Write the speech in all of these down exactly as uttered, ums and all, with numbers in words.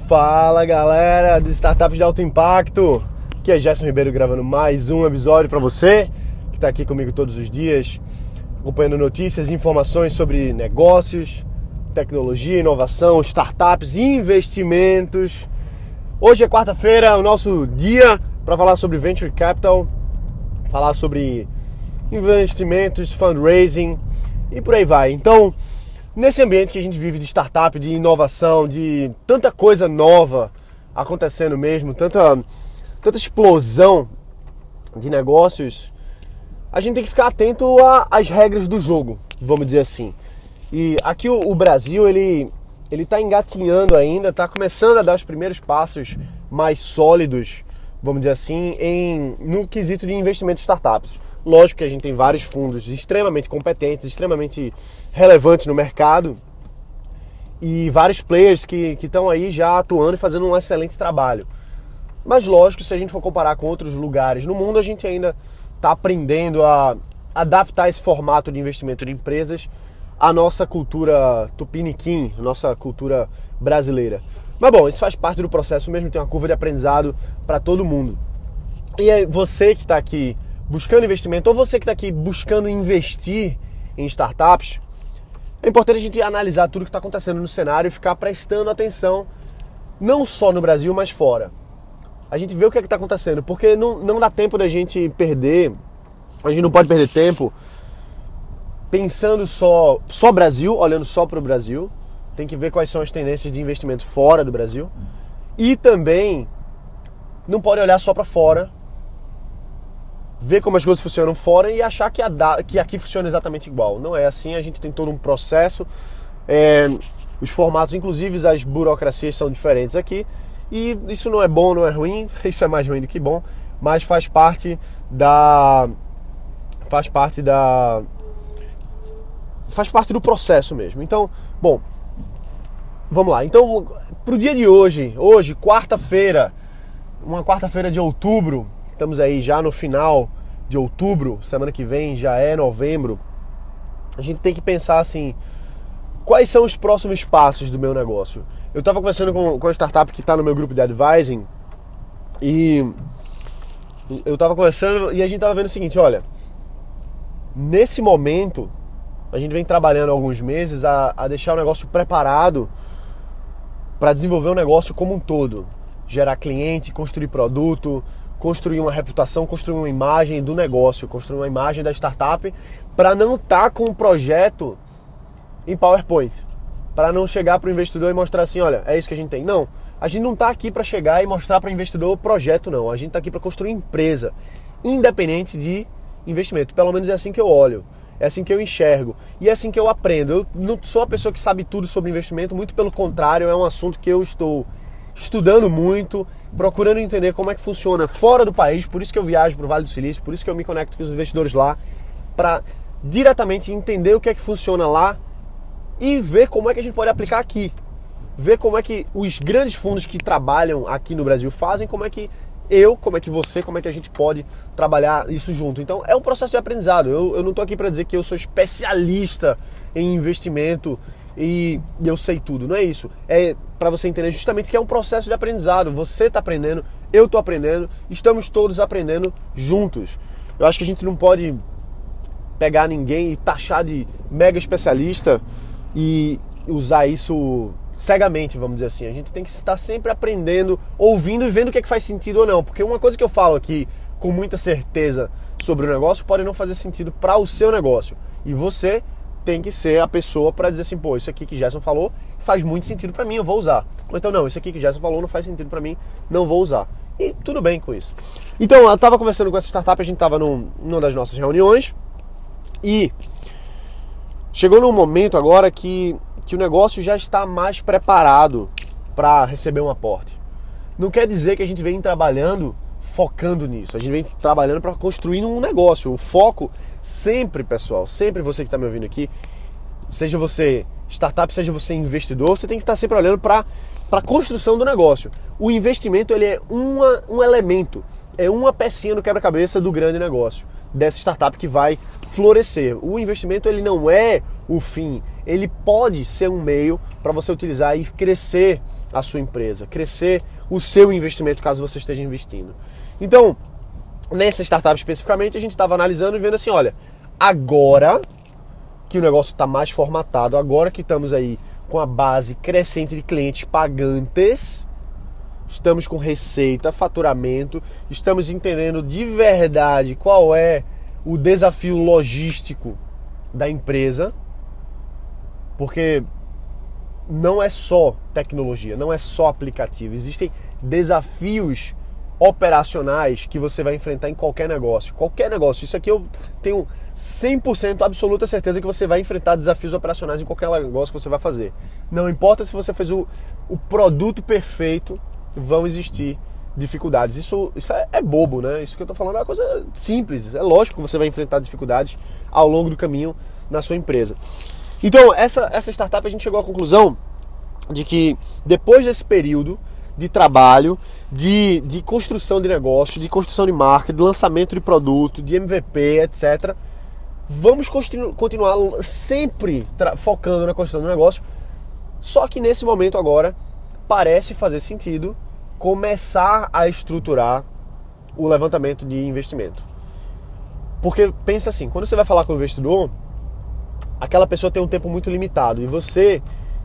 Fala galera de startups de alto impacto, aqui é Gerson Ribeiro gravando mais um episódio para você que está aqui comigo todos os dias, acompanhando notícias e informações sobre negócios, tecnologia, inovação, startups e investimentos. Hoje é quarta-feira, o nosso dia para falar sobre Venture Capital, falar sobre investimentos, fundraising e por aí vai. Então, nesse ambiente que a gente vive de startup, de inovação, de tanta coisa nova acontecendo mesmo, tanta, tanta explosão de negócios, a gente tem que ficar atento às regras do jogo, vamos dizer assim. E aqui o, o Brasil, ele ele está engatinhando ainda, está começando a dar os primeiros passos mais sólidos, vamos dizer assim, em, no quesito de investimento de startups. Lógico que a gente tem vários fundos extremamente competentes, extremamente relevantes no mercado e vários players que estão aí já atuando e fazendo um excelente trabalho. Mas lógico, se a gente for comparar com outros lugares no mundo, a gente ainda está aprendendo a adaptar esse formato de investimento de empresas à nossa cultura tupiniquim, nossa cultura brasileira. Mas bom, isso faz parte do processo mesmo, tem uma curva de aprendizado para todo mundo. E aí, você que está aqui buscando investimento, ou você que está aqui buscando investir em startups, é importante a gente analisar tudo que está acontecendo no cenário e ficar prestando atenção, não só no Brasil, mas fora. A gente vê o que é que está acontecendo, porque não, não dá tempo da gente perder, a gente não pode perder tempo pensando só, só Brasil, olhando só para o Brasil. Tem que ver quais são as tendências de investimento fora do Brasil. E também não pode olhar só para fora, ver como as coisas funcionam fora e achar que, a, que aqui funciona exatamente igual. Não é assim, a gente tem todo um processo, é, os formatos, inclusive as burocracias são diferentes aqui, e isso não é bom, não é ruim, isso é mais ruim do que bom, mas faz parte da... faz parte da... faz parte do processo mesmo. Então, bom, vamos lá. Então, pro dia de hoje, hoje, quarta-feira, uma quarta-feira de outubro, estamos aí já no final de outubro, semana que vem já é novembro. A gente tem que pensar assim, quais são os próximos passos do meu negócio? Eu estava conversando com, com a startup que está no meu grupo de advising e eu estava conversando e a gente estava vendo o seguinte, olha, nesse momento a gente vem trabalhando há alguns meses a, a deixar o negócio preparado para desenvolver o negócio como um todo, gerar cliente, construir produto, construir uma reputação, construir uma imagem do negócio, construir uma imagem da startup, para não estar tá com um projeto em PowerPoint, para não chegar para o investidor e mostrar assim, olha, é isso que a gente tem. Não, a gente não está aqui para chegar e mostrar para o investidor o projeto, não. A gente está aqui para construir empresa, independente de investimento. Pelo menos é assim que eu olho, é assim que eu enxergo e é assim que eu aprendo. Eu não sou a pessoa que sabe tudo sobre investimento, muito pelo contrário, é um assunto que eu estou estudando muito, procurando entender como é que funciona fora do país, por isso que eu viajo para o Vale do Silício, por isso que eu me conecto com os investidores lá, para diretamente entender o que é que funciona lá e ver como é que a gente pode aplicar aqui. Ver como é que os grandes fundos que trabalham aqui no Brasil fazem, como é que eu, como é que você, como é que a gente pode trabalhar isso junto. Então é um processo de aprendizado. Eu, eu não estou aqui para dizer que eu sou especialista em investimento e eu sei tudo, não é isso. É para você entender justamente que é um processo de aprendizado. Você está aprendendo, eu estou aprendendo, estamos todos aprendendo juntos. Eu acho que a gente não pode pegar ninguém e taxar de mega especialista e usar isso cegamente, vamos dizer assim. A gente tem que estar sempre aprendendo, ouvindo e vendo o que é que faz sentido ou não. Porque uma coisa que eu falo aqui com muita certeza sobre o negócio pode não fazer sentido para o seu negócio. E você tem que ser a pessoa para dizer assim, pô, isso aqui que Gerson falou faz muito sentido para mim, eu vou usar. Ou então, não, isso aqui que Gerson falou não faz sentido para mim, não vou usar. E tudo bem com isso. Então, eu estava conversando com essa startup, a gente estava num, numa das nossas reuniões e chegou num momento agora que, que o negócio já está mais preparado para receber um aporte. Não quer dizer que a gente vem trabalhando focando nisso, a gente vem trabalhando para construir um negócio. O foco sempre, pessoal, sempre você que está me ouvindo aqui, seja você startup, seja você investidor, você tem que estar sempre olhando para a construção do negócio. O investimento ele é uma, um elemento, é uma pecinha no quebra-cabeça do grande negócio, dessa startup que vai florescer. O investimento ele não é o fim, ele pode ser um meio para você utilizar e crescer a sua empresa, crescer o seu investimento caso você esteja investindo. Então, nessa startup especificamente, a gente estava analisando e vendo assim, olha, agora que o negócio está mais formatado, agora que estamos aí com a base crescente de clientes pagantes, estamos com receita, faturamento, estamos entendendo de verdade qual é o desafio logístico da empresa, porque não é só tecnologia, não é só aplicativo, existem desafios operacionais que você vai enfrentar em qualquer negócio, qualquer negócio. Isso aqui eu tenho cem por cento absoluta certeza que você vai enfrentar desafios operacionais em qualquer negócio que você vai fazer. Não importa se você fez o, o produto perfeito, vão existir dificuldades. Isso, isso é, é bobo, né? Isso que eu tô falando é uma coisa simples. É lógico que você vai enfrentar dificuldades ao longo do caminho na sua empresa. Então, essa, essa startup a gente chegou à conclusão de que depois desse período de trabalho, de, de construção de negócio, de construção de marca, de lançamento de produto, de M V P, etcétera, vamos continu, continuar sempre focando na construção do negócio, só que nesse momento agora parece fazer sentido começar a estruturar o levantamento de investimento. Porque pensa assim, quando você vai falar com o investidor, aquela pessoa tem um tempo muito limitado e você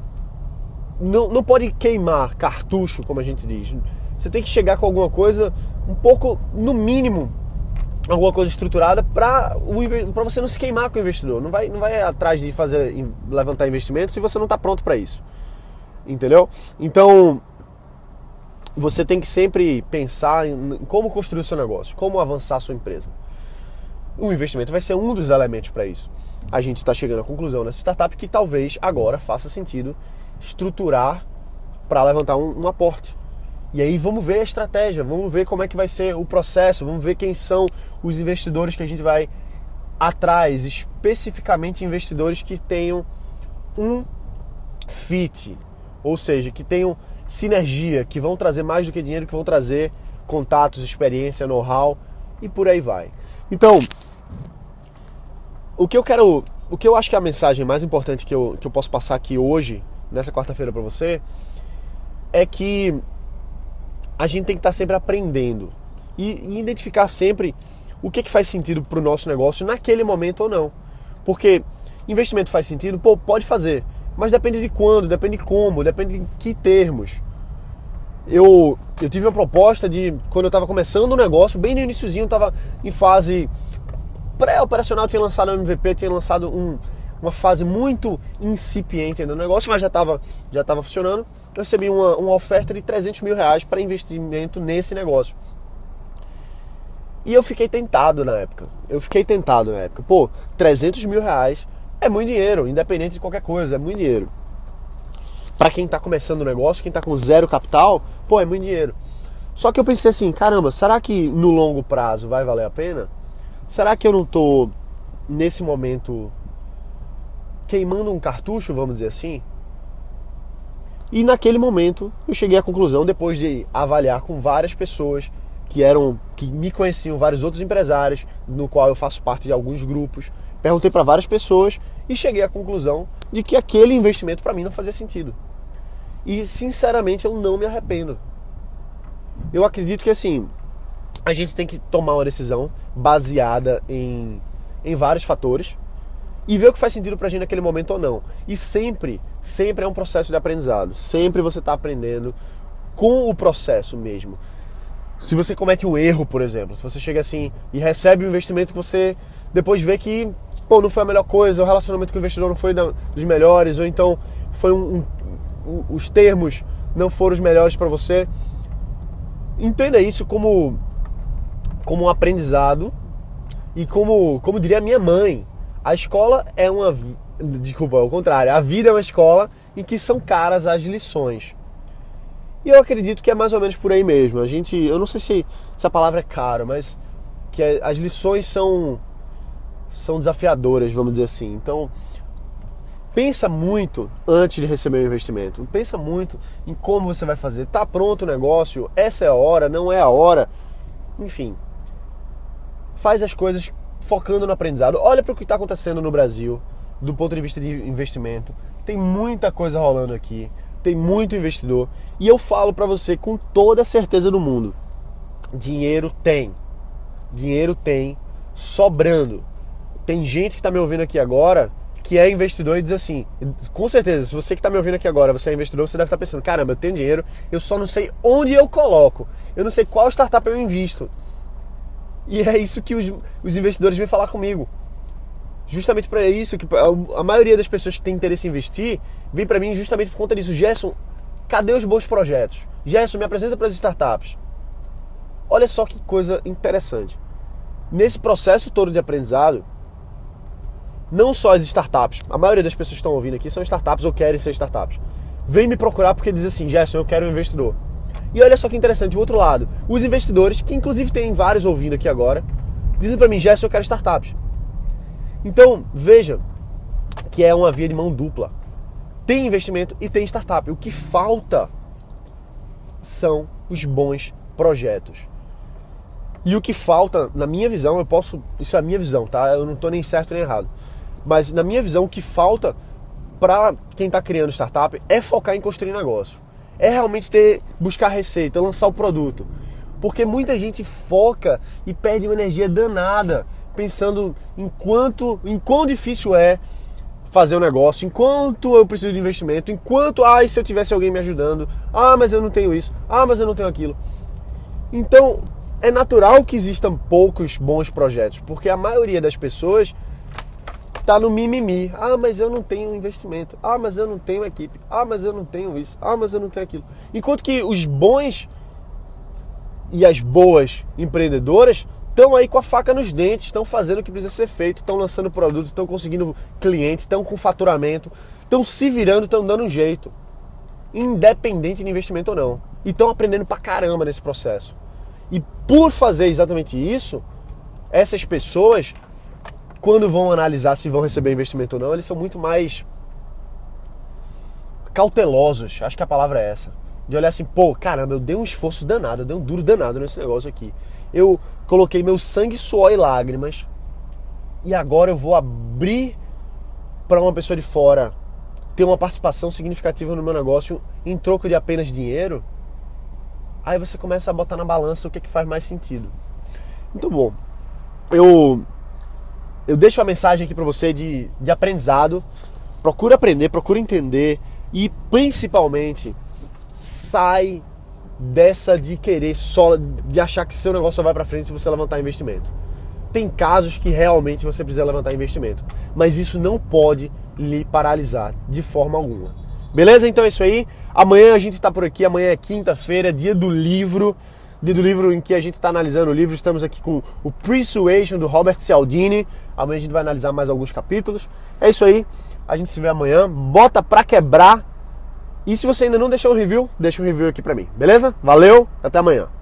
não, não pode queimar cartucho, como a gente diz. Você tem que chegar com alguma coisa um pouco, no mínimo, alguma coisa estruturada para para você não se queimar com o investidor. Não vai, não vai atrás de fazer, levantar investimentos se você não está pronto para isso. Entendeu? Então, você tem que sempre pensar em como construir o seu negócio, como avançar a sua empresa. O investimento vai ser um dos elementos para isso. A gente está chegando à conclusão nessa startup que talvez agora faça sentido estruturar para levantar um, um aporte. E aí vamos ver a estratégia, vamos ver como é que vai ser o processo, vamos ver quem são os investidores que a gente vai atrás, especificamente investidores que tenham um fit, ou seja, que tenham sinergia, que vão trazer mais do que dinheiro, que vão trazer contatos, experiência, know-how e por aí vai. Então, o que eu quero, o que eu acho que é a mensagem mais importante que eu, que eu posso passar aqui hoje, nessa quarta-feira para você, é que a gente tem que estar sempre aprendendo e, e identificar sempre o que, que faz sentido para o nosso negócio naquele momento ou não. Porque investimento faz sentido, pô, pode fazer, mas depende de quando, depende de como, depende de que termos. Eu, eu tive uma proposta de, quando eu estava começando o negócio, bem no iniciozinho, estava em fase pré-operacional, tinha lançado um M V P, tinha lançado um, uma fase muito incipiente ainda no negócio, mas já estava já estava funcionando. Eu recebi uma, uma oferta de trezentos mil reais para investimento nesse negócio. E eu fiquei tentado na época. Eu fiquei tentado na época. Pô, trezentos mil reais é muito dinheiro, independente de qualquer coisa, é muito dinheiro. Para quem está começando o negócio, quem está com zero capital, pô, é muito dinheiro. Só que eu pensei assim, caramba, será que no longo prazo vai valer a pena? Será que eu não estou, nesse momento, queimando um cartucho, vamos dizer assim? E naquele momento eu cheguei à conclusão, depois de avaliar com várias pessoas que eram, que me conheciam, vários outros empresários, no qual eu faço parte de alguns grupos, perguntei para várias pessoas e cheguei à conclusão de que aquele investimento para mim não fazia sentido. E sinceramente eu não me arrependo. Eu acredito que assim, a gente tem que tomar uma decisão baseada em, em vários fatores e ver o que faz sentido pra gente naquele momento ou não. E sempre, sempre é um processo de aprendizado. Sempre você está aprendendo com o processo mesmo. Se você comete um erro, por exemplo, se você chega assim e recebe um investimento que você depois vê que, pô, não foi a melhor coisa, o relacionamento com o investidor não foi dos melhores, ou então foi um, um, os termos não foram os melhores para você, entenda isso como, como um aprendizado e como, como diria a minha mãe, a escola é uma... Desculpa, ao contrário. A vida é uma escola em que são caras as lições. E eu acredito que é mais ou menos por aí mesmo. A gente... Eu não sei se, se a palavra é caro, mas que as lições são, são desafiadoras, vamos dizer assim. Então, pensa muito antes de receber o investimento. Pensa muito em como você vai fazer. Tá pronto o negócio? Essa é a hora? Não é a hora? Enfim. Faz as coisas focando no aprendizado. Olha para o que está acontecendo no Brasil, do ponto de vista de investimento. Tem muita coisa rolando aqui. tem muito investidor. E eu falo para você com toda a certeza do mundo, dinheiro tem. Dinheiro tem sobrando. Tem gente que está me ouvindo aqui agora que é investidor e diz assim, com certeza, se você que está me ouvindo aqui agora, você é investidor, você deve estar pensando, caramba, eu tenho dinheiro, eu só não sei onde eu coloco, eu não sei qual startup eu invisto. E é isso que os, os investidores vêm falar comigo. Justamente para isso, que a, a maioria das pessoas que tem interesse em investir, vem para mim justamente por conta disso. Gerson, cadê os bons projetos? Gerson, me apresenta para as startups. Olha só que coisa interessante. Nesse processo todo de aprendizado, não só as startups, a maioria das pessoas que estão ouvindo aqui são startups ou querem ser startups. Vem me procurar porque diz assim, Gerson, eu quero um investidor. E olha só que interessante, o outro lado, os investidores, que inclusive tem vários ouvindo aqui agora, dizem para mim, Gerson, eu quero startups. Então, veja que é uma via de mão dupla. Tem investimento e tem startup. O que falta são os bons projetos. E o que falta, na minha visão, eu posso... Isso é a minha visão, tá? Eu não estou nem certo nem errado. Mas, na minha visão, o que falta para quem está criando startup é focar em construir negócio. É realmente ter, buscar receita, lançar o produto. Porque muita gente foca e perde uma energia danada pensando em, quanto, em quão difícil é fazer um negócio, em quanto eu preciso de investimento, em quanto, ah, e se eu tivesse alguém me ajudando, ah, mas eu não tenho isso, ah, mas eu não tenho aquilo. Então, é natural que existam poucos bons projetos, porque a maioria das pessoas está no mimimi. Ah, mas eu não tenho investimento. Ah, mas eu não tenho equipe. Ah, mas eu não tenho isso. Ah, mas eu não tenho aquilo. Enquanto que os bons e as boas empreendedoras estão aí com a faca nos dentes, estão fazendo o que precisa ser feito, estão lançando produtos, estão conseguindo clientes, estão com faturamento, estão se virando, estão dando um jeito, independente de investimento ou não. E estão aprendendo pra caramba nesse processo. E por fazer exatamente isso, essas pessoas, quando vão analisar se vão receber investimento ou não, eles são muito mais cautelosos, acho que a palavra é essa. De olhar assim, pô, caramba, eu dei um esforço danado, eu dei um duro danado nesse negócio aqui. Eu coloquei meu sangue, suor e lágrimas e agora eu vou abrir para uma pessoa de fora ter uma participação significativa no meu negócio em troco de apenas dinheiro. Aí você começa a botar na balança o que, é que faz mais sentido. Muito bom. Eu, eu deixo a mensagem aqui para você de, de aprendizado. Procura aprender, procura entender e principalmente sai dessa de querer só, de achar que seu negócio só vai para frente se você levantar investimento. Tem casos que realmente você precisa levantar investimento, mas isso não pode lhe paralisar de forma alguma. Beleza? Então é isso aí. Amanhã a gente está por aqui. Amanhã é quinta-feira, dia do livro. Dia do livro em que a gente está analisando o livro. Estamos aqui com o Persuasion do Robert Cialdini. Amanhã a gente vai analisar mais alguns capítulos. É isso aí. A gente se vê amanhã. Bota pra quebrar. E se você ainda não deixou um review, deixa um review aqui pra mim. Beleza? Valeu. Até amanhã.